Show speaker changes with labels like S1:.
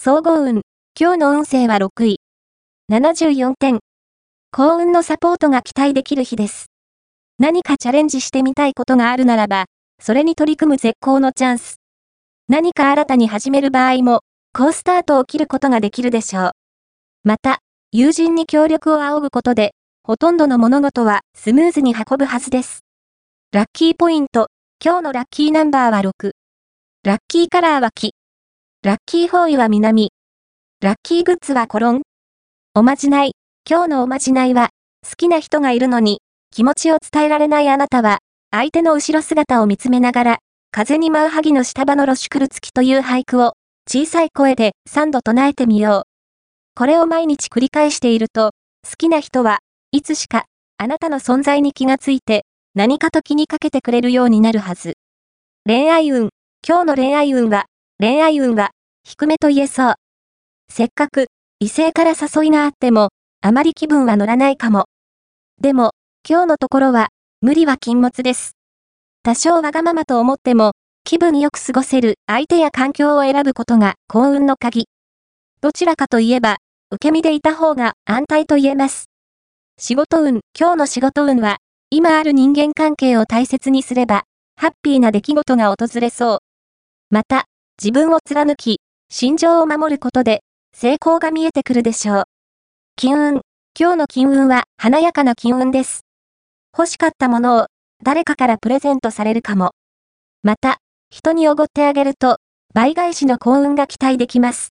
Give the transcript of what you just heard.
S1: 総合運。今日の運勢は6位。74点。幸運のサポートが期待できる日です。何かチャレンジしてみたいことがあるならば、それに取り組む絶好のチャンス。何か新たに始める場合も、好スタートを切ることができるでしょう。また、友人に協力を仰ぐことで、ほとんどの物事はスムーズに運ぶはずです。ラッキーポイント。今日のラッキーナンバーは6。ラッキーカラーは黄。ラッキーフォーイは南。ラッキーグッズはコロン。おまじない。今日のおまじないは、好きな人がいるのに、気持ちを伝えられないあなたは、相手の後ろ姿を見つめながら、風に舞う萩の下場の露シュクル付きという俳句を、小さい声で3度唱えてみよう。これを毎日繰り返していると、好きな人はいつしか、あなたの存在に気がついて、何かと気にかけてくれるようになるはず。恋愛運。今日の恋愛運は、低めと言えそう。せっかく、異性から誘いがあっても、あまり気分は乗らないかも。でも、今日のところは、無理は禁物です。多少わがままと思っても、気分よく過ごせる相手や環境を選ぶことが幸運の鍵。どちらかといえば、受け身でいた方が安泰と言えます。仕事運。今日の仕事運は、今ある人間関係を大切にすれば、ハッピーな出来事が訪れそう。また、自分を貫き、心情を守ることで、成功が見えてくるでしょう。金運。今日の金運は華やかな金運です。欲しかったものを誰かからプレゼントされるかも。また、人におごってあげると倍返しの幸運が期待できます。